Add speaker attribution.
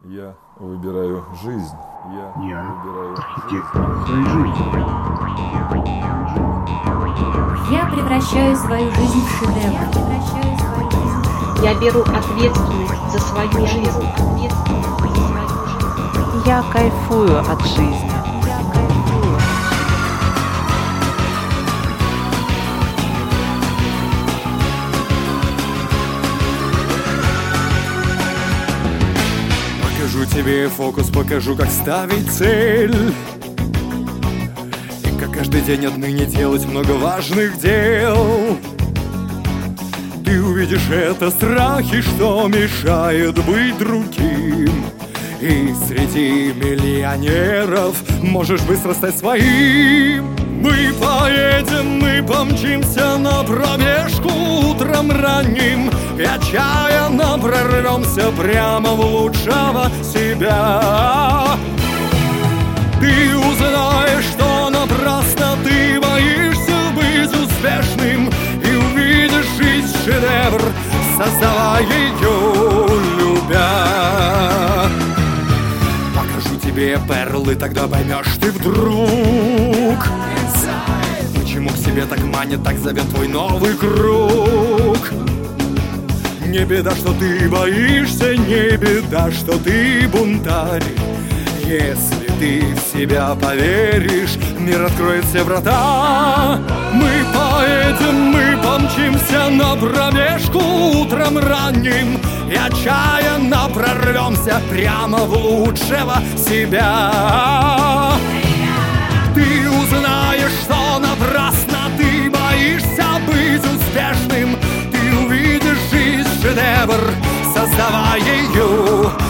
Speaker 1: Я выбираю жизнь. Я выбираю
Speaker 2: архитектор своей жизни.
Speaker 3: Я превращаю свою жизнь в шедевр.
Speaker 4: Я беру ответственность за свою жизнь.
Speaker 5: Я кайфую от жизни.
Speaker 6: Покажу тебе фокус, покажу, как ставить цель. И как каждый день отныне делать много важных дел. Ты увидишь это страхи, что мешает быть другим. И среди миллионеров можешь быстро стать своим. Мы поедем, мы помчимся на пробежку утром ранним и отчаянно прорвемся прямо в лучшего себя. Ты узнаешь, что напрасно ты боишься быть успешным, и увидишь жизнь шедевр, создавая ее, любя. Покажу тебе перлы, тогда поймешь ты вдруг, почему к себе так манит, так зовет твой новый круг. Не беда, что ты боишься, не беда, что ты бунтарь. Если ты в себя поверишь, мир откроет все врата. Мы поедем, мы помчимся на пробежку утром ранним и отчаянно прорвемся прямо в лучшего себя. Ты узнаешь, что напрасно ты боишься быть успешным. Ты увидишь жизнь шедевр, создавая ее,